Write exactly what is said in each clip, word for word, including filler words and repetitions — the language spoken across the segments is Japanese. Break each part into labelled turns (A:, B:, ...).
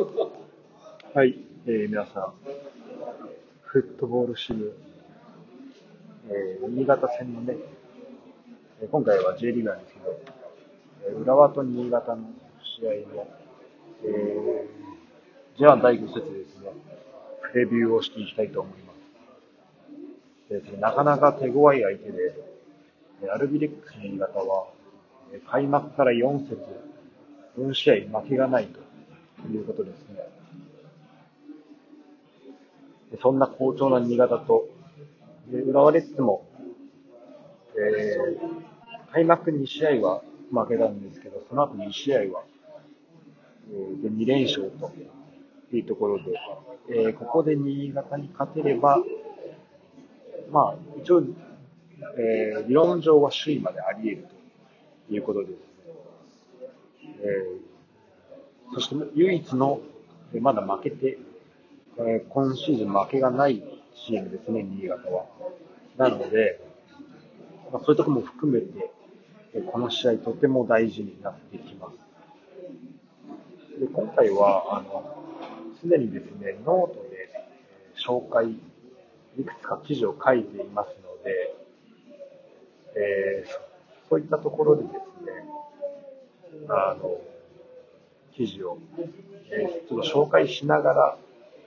A: はい、えー、皆さん、フットボール支部、えー、新潟戦のね、今回は J リーグなんですけど、えー浦和と新潟の試合の、えー、ジェイワン だいご節ですね、プレビューをしていきたいと思います。でなかなか手強い相手で、アルビレックス新潟は、開幕からよん節、よん試合負けがないということですね。そんな好調な新潟と、浦和レッズも、えー、開幕に試合は負けたんですけど、その後に試合は、えー、でに連勝というところで、えー、ここで新潟に勝てれば、まあ、一応、えー、理論上は首位まであり得るということです。えー、そして唯一の、まだ負けて、えー、今シーズン負けがないチームですね、新潟は。なので、まあ、そういうところも含めて、この試合とても大事になってきます。で今回は、あの、すでにですね、ノートで紹介、いくつか記事を書いていますので、えー、そういったところでですね、あの、記事を、えー、ちょっと紹介しながら、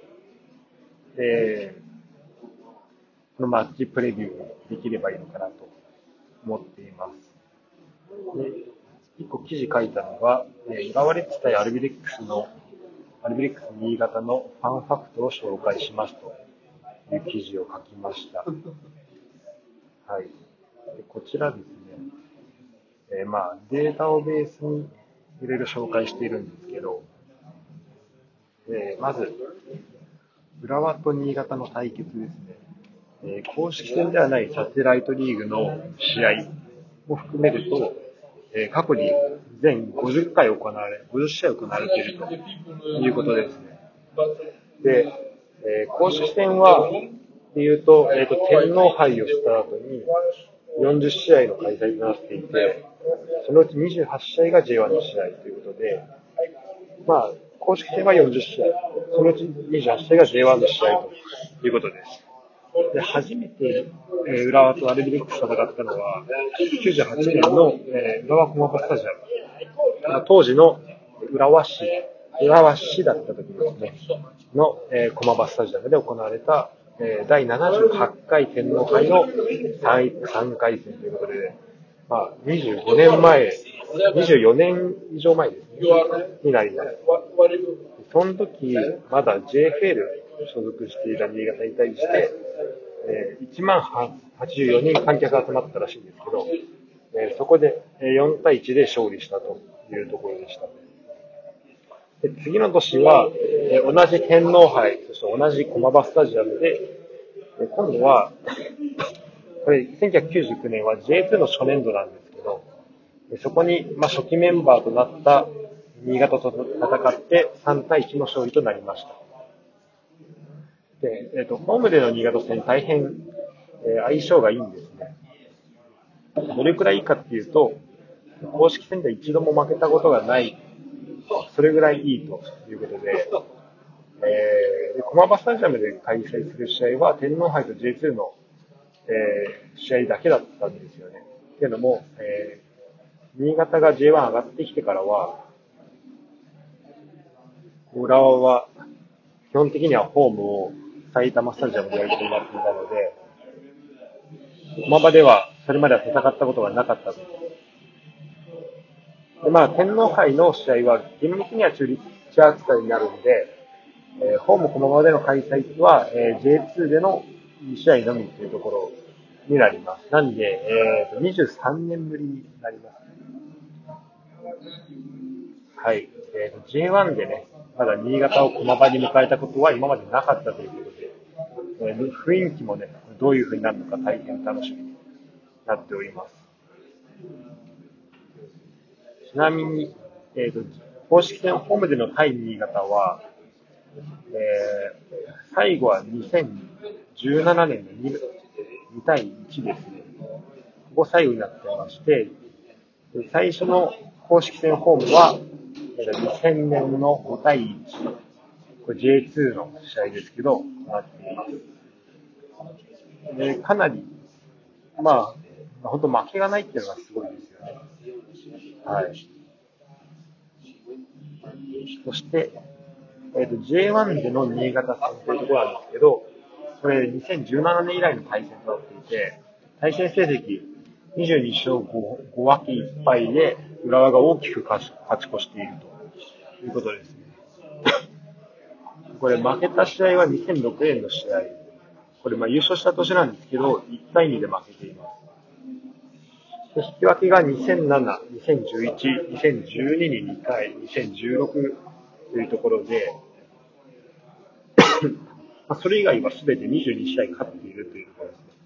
A: えー、このマッチプレビューをできればいいのかなと思っています。で一個記事書いたのが、浦和レッズ対アルビレックスの、アルビレックス新潟のファンファクトを紹介しますという記事を書きました。はい。でこちらですね、えー、まあデータをベースにいろいろ紹介しているんですけど、えー、まず、浦和と新潟の対決ですね、えー、公式戦ではないサテライトリーグの試合も含めると、えー、過去に全ごじゅっかい行われ、ごじゅっ試合行われているということですね。で、えー、公式戦は、で言うと、えっ、ー、と、天皇杯をした後によんじゅっ試合の開催となっていて、そのうちにじゅうはち試合が ジェイワン の試合ということで、まあ、公式戦はよんじゅっ試合、そのうちにじゅうはち試合が ジェイワン の試合ということです。で初めて、えー、浦和とアルビレックス戦ったのは、きゅうじゅうはちねんの、えー、浦和駒場スタジアム。当時の浦和市、浦和市だった時ですね、の、えー、駒場スタジアムで行われた、えー、だいななじゅうはちかい天皇杯の 3, さんかい戦ということで、まあ、にじゅうごねんまえ、にじゅうよねん以上前ですね、になります。その時、まだ ジェイエフエル 所属していた新潟に対して、えー、いちまんはちじゅうよにん観客が集まったらしいんですけど、えー、そこでよんたいいちで勝利したというところでした。で次の年は、えー、同じ天皇杯、そして同じ駒場スタジアムで、えー、今度は、これせんきゅうひゃくきゅうじゅうきゅうねんは ジェイツー の初年度なんですけど、そこに、まあ、初期メンバーとなった新潟と戦ってさんたいいちの勝利となりました。で、えっと、ホームでの新潟戦大変、えー、相性がいいんですね。どれくらいいいかっていうと、公式戦で一度も負けたことがない、それぐらいいいということで、えー、駒場スタジアムで開催する試合は天皇杯と ジェイツー の、えー、試合だけだったんですよね。けども、えー、新潟が ジェイワン 上がってきてからは、浦和は基本的にはホームを埼玉スタジアムでやることになっていたので、駒場ではそれまでは戦ったことがなかったと。で、まあ、天皇杯の試合は厳密には中立地扱いになるので、えー、ホーム駒場での開催は、えー、ジェイツー でのに試合のみというところになります。なんで、えー、にじゅうさんねんぶりになります。はい。えー、ジェイワン でね、まだ新潟を駒場に迎えたことは今までなかったということで、えー、雰囲気もね、どういう風になるのか大変楽しみになっております。ちなみに、えーと、公式戦ホームでの対新潟は、えー、最後はにせんじゅうななねんの 2, に対いちですね。ここ最後になってまして、最初の公式戦ホームはにせんねんのごたいいち。 これ ジェイツー の試合ですけど、なっています。で、かなり、まあ、本当負けがないっていうのがすごいですよね。はい。そして、えっと、ジェイワン での新潟戦というところなんですけど、これにせんじゅうななねん以来の対戦となっていて、対戦成績にじゅうに勝 5, 分けいっぱいで、浦和が大きく勝ち越しているということですね。これ負けた試合はにせんろくねんの試合。これまあ優勝した年なんですけど、いちたいにで負けています。で引き分けがにせんなな、にせんじゅういち、にせんじゅうにににかい、にせんじゅうろくというところで、まあそれ以外は全てにじゅうに試合勝っているというところですね。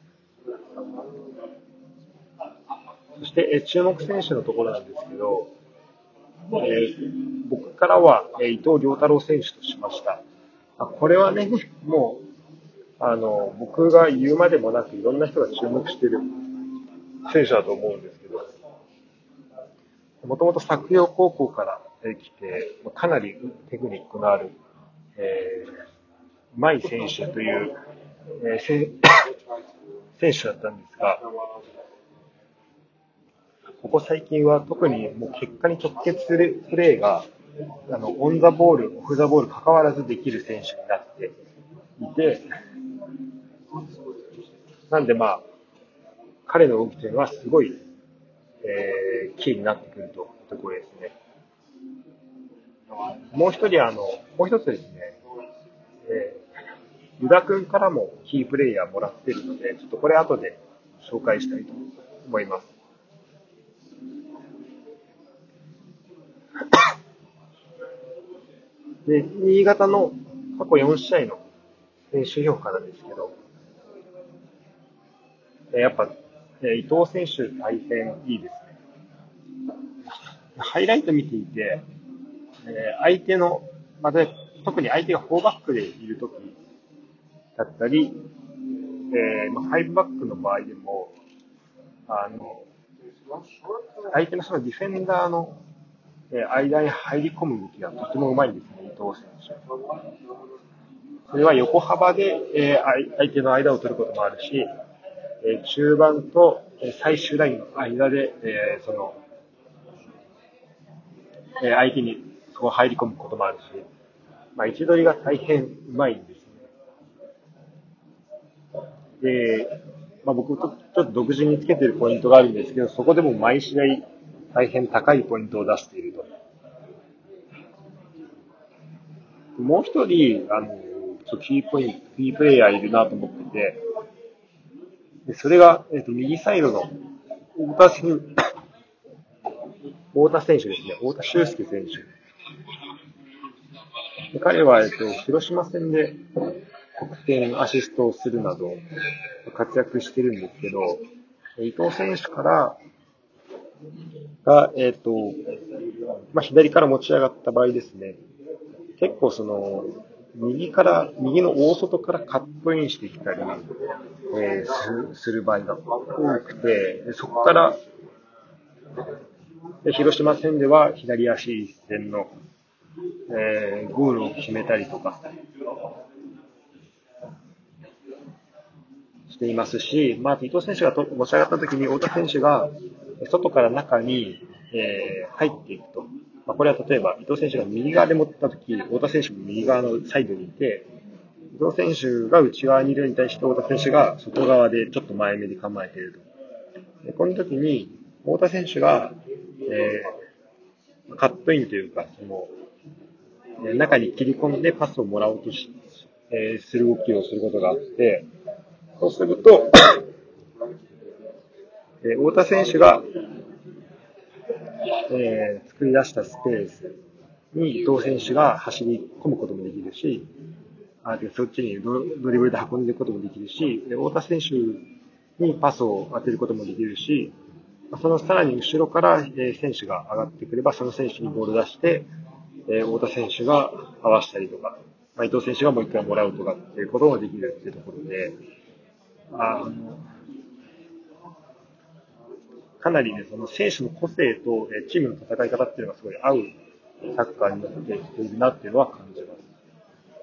A: そして、え注目選手のところなんですけど、えー、僕からは、えー、伊藤涼太郎選手としました。あこれはね、もう、あの、僕が言うまでもなく、いろんな人が注目している選手だと思うんですけど、もともと作陽高校から来て、かなりテクニックのある、えー、舞選手という、えー、選手だったんですが、ここ最近は特にもう結果に直結するプレーが、あの、オンザボール、オフザボール関わらずできる選手になっていて、なんでまあ、彼の動きというのはすごい、えー、キーになってくるというところですね。もう一人、あの、もう一つですね、えー、ユダ君からもキープレイヤーもらっているので、ちょっとこれ後で紹介したいと思います。で、新潟の過去よん試合の選手評価なんですけど、やっぱ、伊藤選手大変いいですね。ハイライト見ていて、相手の、また特に相手がフォーバックでいるときだったり、えー、まあ、ファイブバックの場合でも、あの、相手のそのディフェンダーの間に入り込む動きがとてもうまいんですね、伊藤選手。それは横幅で、えー、相手の間を取ることもあるし、えー、中盤と最終ラインの間で、えー、その、えー、相手にそこ入り込むこともあるし、まあ、位置取りが大変うまいんですね。で、まあ、僕とちょっと独自につけているポイントがあるんですけど、そこでも毎試合大変高いポイントを出していると。もう一人、あの、キーポイント、キープレイヤーいるなと思ってて、でそれが、えっと、右サイドの太田選太田選手ですね。太田修介選手。で彼は、えっと、広島戦で得点、アシストをするなど活躍してるんですけど、伊藤選手からが、えっと、まあ、左から持ち上がった場合ですね、結構その、右から、右の大外からカットインしてきたり、えー、する場合が多くて、そこから、広島戦では左足一閃の、えー、ゴールを決めたりとかしていますし、まあ、伊藤選手がと持ち上がった時に太田選手が外から中に、えー、入っていくと。まあ、これは例えば伊藤選手が右側で持った時、太田選手も右側のサイドにいて、伊藤選手が内側にいるのに対して太田選手が外側でちょっと前目で構えていると。でこの時に太田選手が、えー、カットインというか、その中に切り込んでパスをもらおうとし、えー、する動きをすることがあって、そうすると、えー、太田選手が、えー、作り出したスペースに伊藤選手が走り込むこともできるし、あでそっちにドドリブルで運んでいくこともできるし、太田選手にパスを当てることもできるし、そのさらに後ろから選手が上がってくれば、その選手にボールを出して、太田選手が合わせたりとか、まあ、伊藤選手がもう一回もらうとかっていうこともできるっていうところで、あのかなりね、その選手の個性とチームの戦い方っていうのがすごい合うサッカーになってきているなっていうのは感じます。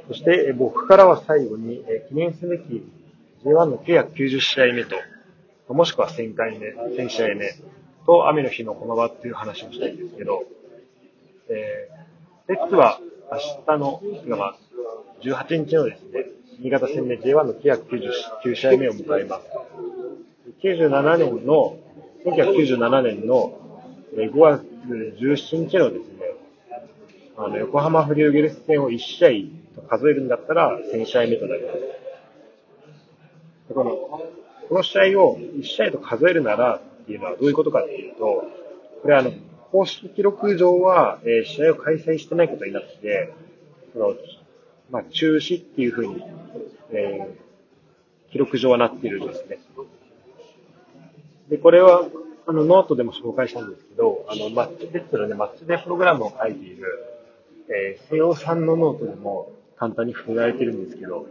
A: そして僕からは最後に記念すべき ジェイワン のきゅうひゃくきゅうじゅう試合目と、もしくはせんかいめ、せん試合目と雨の日の駒場っていう話をしたいんですけど、えー、レッツは明日の、まあ、じゅうはちにちのですね、新潟戦で ジェイワン のきゅうひゃくきゅうじゅうきゅう試合目を迎えます。きゅうじゅうななねんの、せんきゅうひゃくきゅうじゅうななねんのごがつじゅうしちにちのですね、あの横浜フリューゲルス戦をいち試合と数えるんだったらせん試合目となります。このこの試合をいち試合と数えるならっていうのはどういうことかっていうと、これはあの公式記録上は、えー、試合を開催してないことになって、そのまあ、中止っていうふうに、えー、記録上はなっているんですね。で、これはあのノートでも紹介したんですけど、あのマッチデッドのね、マッチデープログラムを書いている、えー、瀬尾さんのノートでも簡単に触れられてるんですけど、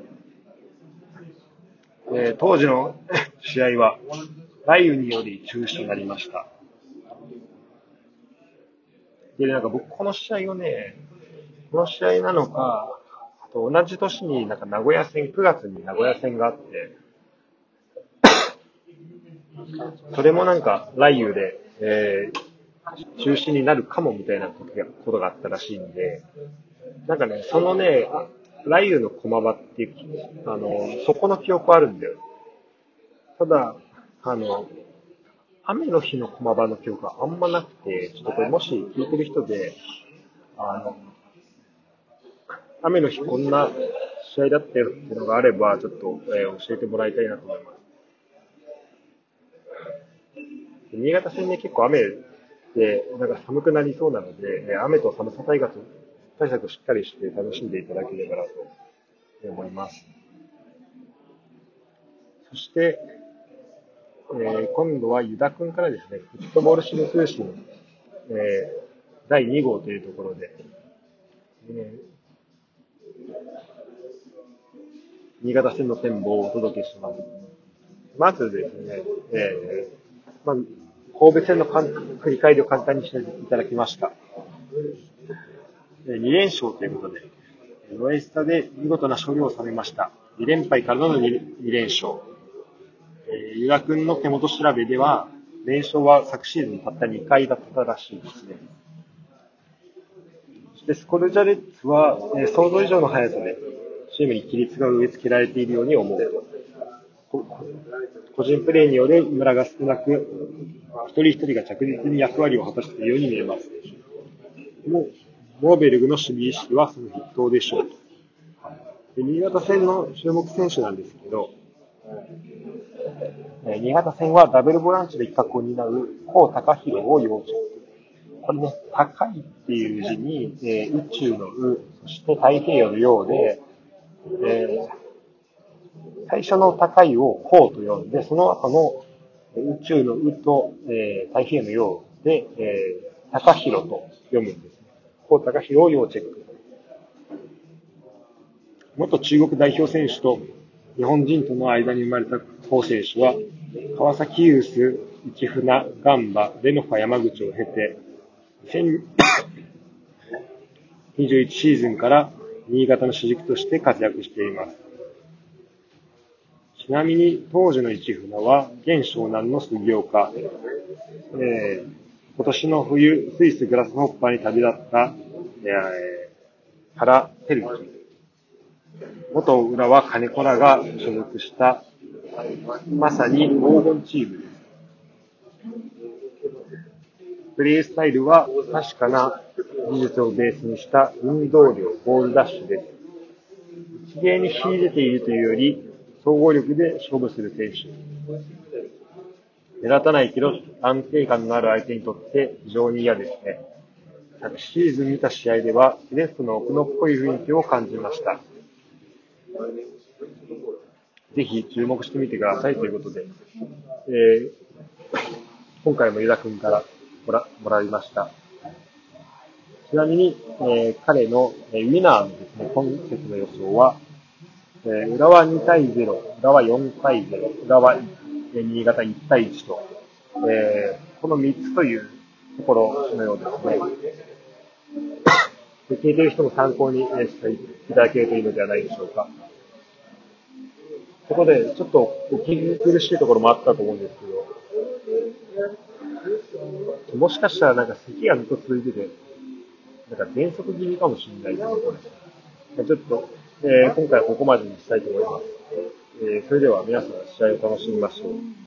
A: えー、当時の試合は雷雨により中止となりました。で、なんか僕この試合をね、この試合なのか、あと同じ年になんか名古屋戦、くがつに名古屋戦があって、それもなんか雷雨で、えー、中止になるかもみたいなことがあったらしいんで、なんかね、そのね、雷雨の駒場っていう、あの、そこの記憶あるんだよ。ただ、あの、雨の日の駒場の記憶があんまなくて、ちょっとこれもし聞いてる人で、あの、雨の日こんな試合だったよっていうのがあれば、ちょっと、えー、教えてもらいたいなと思います。新潟戦で結構雨で、なんか寒くなりそうなので、雨と寒さ対策対策をしっかりして楽しんでいただければなと思います。そして、えー、今度はユダ君からですね、フットボールシル通信、えー、だいに号というところで、えー新潟戦の展望をお届けします。まずですね、えーまあ、神戸戦の振り返りを簡単にしていただきました。に連勝ということで、ロエスタで見事な勝利を収めました。に連敗からの 2, 2連勝。えー、ユダ君の手元調べでは、連勝は昨シーズンたったにかいだったらしいですね。そしてスコルジャレッツは、えー、想像以上の速さでチームに規律が植え付けられているように思う。個人プレーによるムラが少なく、一人一人が着実に役割を果たしているように見えます。もモーベルグの守備意識はその筆頭でしょうと。で新潟戦の注目選手なんですけど、新潟戦はダブルボランチで一角を担う高高弘を要チェック。これね、高いっていう字に、えー、宇宙の宇、そして太平洋の洋で、えー最初の高いを高と呼んで、その後の宇宙の宇と、えー、太平洋の洋で、えー、高弘と読むんです。高高弘を要チェック。元中国代表選手と日本人との間に生まれた高選手は、川崎ユース、市船、ガンバ、レノファ山口を経て、にせんにじゅういちシーズンから新潟の主軸として活躍しています。ちなみに当時の市船は現湘南の杉岡、えー、今年の冬スイスグラスホッパーに旅立った、えー、原照樹、元浦和金子らが所属したまさに黄金チームです。プレースタイルは確かな技術をベースにした運動量、ボールダッシュです。一芸に秀でているというより総合力で勝負する選手。目立たないけど安定感のある相手にとって非常に嫌ですね。昨シーズン見た試合ではレフトの奥のっぽい雰囲気を感じました。ぜひ注目してみてくださいということで、えー、今回もユダ君からも ら, もらいました。ちなみに、えー、彼の、えー、ウィナーのですね、今節の予想は、えー、浦和にたいゼロ、浦和よんたいゼロ、浦和、えー、新潟いちたいいちと、えー、このみっつというところのようですね。 で聞いている人も参考にしていただけるといいのではないでしょうか。そこで、ちょっとお聞き苦しいところもあったと思うんですけど、もしかしたらなんか咳がずっと続いてて、なんか喘息気味かもしれないということで、ちょっと、えー今回はここまでにしたいと思います。えーそれでは皆さん試合を楽しみましょう。